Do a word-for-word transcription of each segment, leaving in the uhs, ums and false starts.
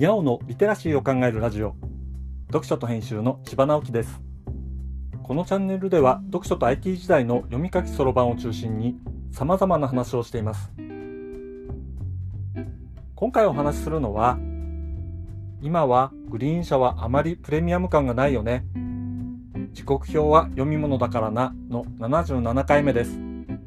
にゃおのリテラシーを考えるラジオ、読書と編集の千葉直樹です。このチャンネルでは読書と アイティー 時代の読み書きそろばんを中心に様々な話をしています。今回お話しするのは、今はグリーン車はあまりプレミアム感がないよね、時刻表は読み物だからなのななじゅうななかいめです。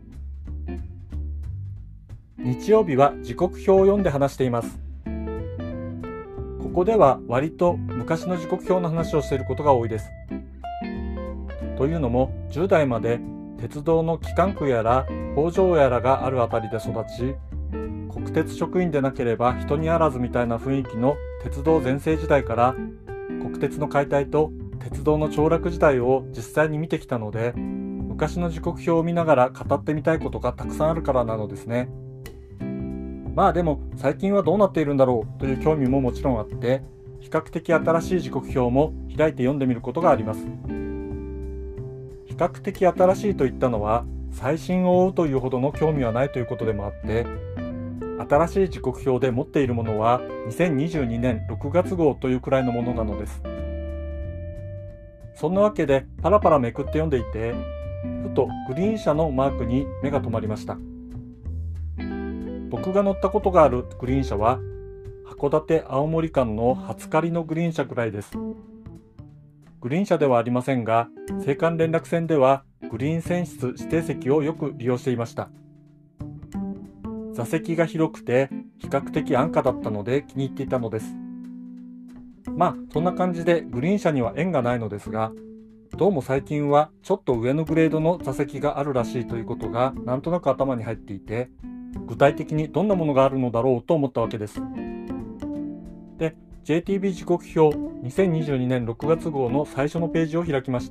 日曜日は時刻表を読んで話しています。ここでは割と昔の時刻表の話をしていることが多いです。というのもじゅう代まで鉄道の機関区やら工場やらがあるあたりで育ち、国鉄職員でなければ人にあらずみたいな雰囲気の鉄道全盛時代から国鉄の解体と鉄道の凋落時代を実際に見てきたので、昔の時刻表を見ながら語ってみたいことがたくさんあるからなのですね。まあでも最近はどうなっているんだろうという興味ももちろんあって、比較的新しい時刻表も開いて読んでみることがあります。比較的新しいといったのは最新を追うというほどの興味はないということでもあって、新しい時刻表で持っているものはにせんにじゅうにねんろくがつごうというくらいのものなのです。そんなわけでパラパラめくって読んでいて、ふとグリーン車のマークに目が留まりました。僕が乗ったことがあるグリーン車は函館青森間の初借りのグリーン車くらいです。グリーン車ではありませんが、青函連絡船ではグリーン船室指定席をよく利用していました。座席が広くて比較的安価だったので気に入っていたのです。まあそんな感じでグリーン車には縁がないのですが、どうも最近はちょっと上のグレードの座席があるらしいということがなんとなく頭に入っていて、具体的にどんなものがあるのだろうと思ったわけです。で、ジェイティービー 時刻表にせんにじゅうにねんろくがつごうの最初のページを開きました。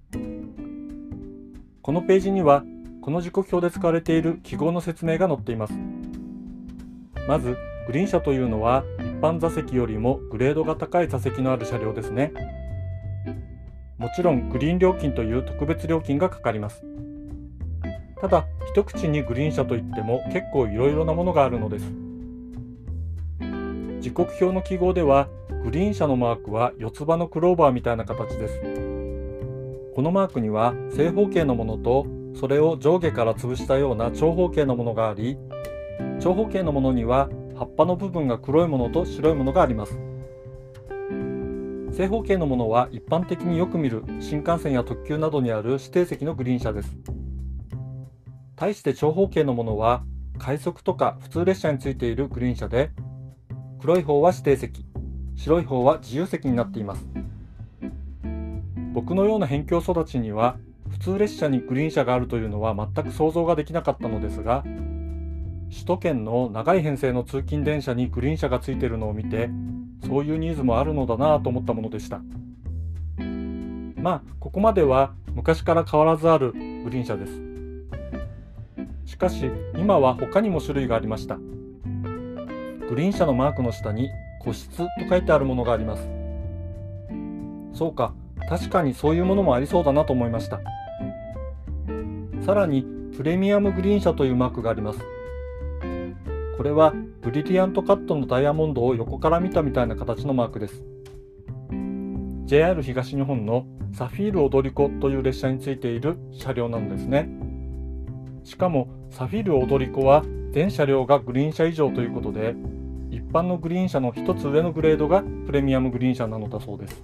このページにはこの時刻表で使われている記号の説明が載っています。まずグリーン車というのは一般座席よりもグレードが高い座席のある車両ですね。もちろんグリーン料金という特別料金がかかります。ただ一口にグリーン車といっても結構いろいろなものがあるのです。時刻表の記号ではグリーン車のマークは四つ葉のクローバーみたいな形です。このマークには正方形のものとそれを上下から潰したような長方形のものがあり、長方形のものには葉っぱの部分が黒いものと白いものがあります。正方形のものは一般的によく見る新幹線や特急などにある指定席のグリーン車です。対して長方形のものは快速とか普通列車についているグリーン車で、黒い方は指定席、白い方は自由席になっています。僕のような辺境育ちには普通列車にグリーン車があるというのは全く想像ができなかったのですが、首都圏の長い編成の通勤電車にグリーン車がついているのを見て、そういうニーズもあるのだなと思ったものでした。まあここまでは昔から変わらずあるグリーン車です。しかし今は他にも種類がありました。グリーン車のマークの下に個室と書いてあるものがあります。そうか、確かにそういうものもありそうだなと思いました。さらにプレミアムグリーン車というマークがあります。これはブリリアントカットのダイヤモンドを横から見たみたいな形のマークです。 ジェイアール 東日本のサフィール踊り子という列車についている車両なんですね。しかもサフィール踊り子は全車両がグリーン車以上ということで、一般のグリーン車の一つ上のグレードがプレミアムグリーン車なのだそうです。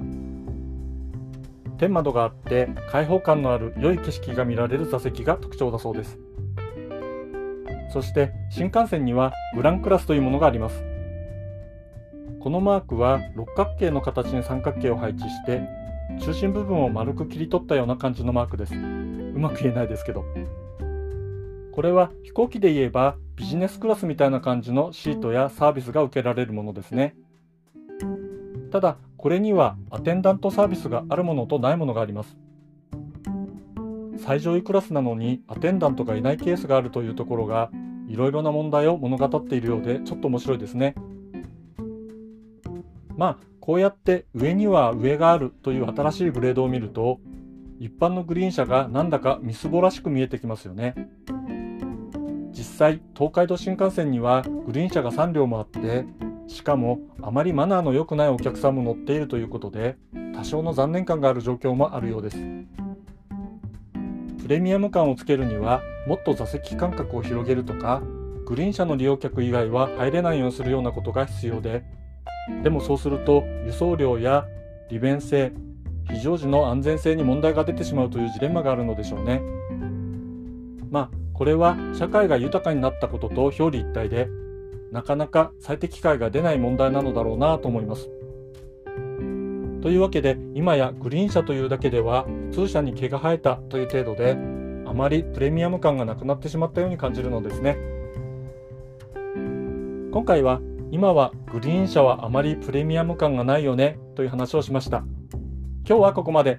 天窓があって開放感のある良い景色が見られる座席が特徴だそうです。そして新幹線にはグランクラスというものがあります。このマークは六角形の形に三角形を配置して中心部分を丸く切り取ったような感じのマークです。うまく言えないですけど、これは飛行機で言えばビジネスクラスみたいな感じのシートやサービスが受けられるものですね。ただこれにはアテンダントサービスがあるものとないものがあります。最上位クラスなのにアテンダントがいないケースがあるというところがいろいろな問題を物語っているようでちょっと面白いですね。まあこうやって上には上があるという新しいグレードを見ると、一般のグリーン車がなんだかみすぼらしく見えてきますよね。実際東海道新幹線にはグリーン車がさんりょうもあって、 しかもあまりマナーの良くないお客さんも乗っているということで、多少の残念感がある状況もあるようです。プレミアム感をつけるには、もっと座席間隔を広げるとか、グリーン車の利用客以外は入れないようにするようなことが必要で、でもそうすると輸送量や利便性、非常時の安全性に問題が出てしまうというジレンマがあるのでしょうね。まあこれは社会が豊かになったことと表裏一体で、なかなか最適解が出ない問題なのだろうなと思います。というわけで、今やグリーン車というだけでは普通車に毛が生えたという程度で、あまりプレミアム感がなくなってしまったように感じるのですね。今回は今はグリーン車はあまりプレミアム感がないよねという話をしました。今日はここまで。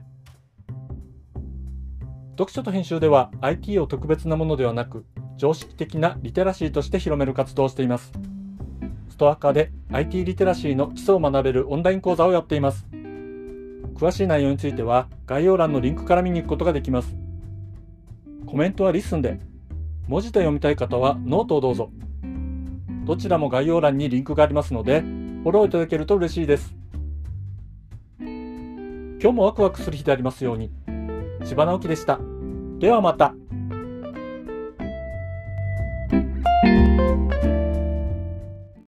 読書と編集では アイティー を特別なものではなく、常識的なリテラシーとして広める活動をしています。ストアカで アイティー リテラシーの基礎を学べるオンライン講座をやっています。詳しい内容については概要欄のリンクから見に行くことができます。コメントはリスンで、文字で読みたい方はノートをどうぞ。どちらも概要欄にリンクがありますので、フォローいただけると嬉しいです。今日もワクワクする日でありますように。千葉直樹でした。ではまた。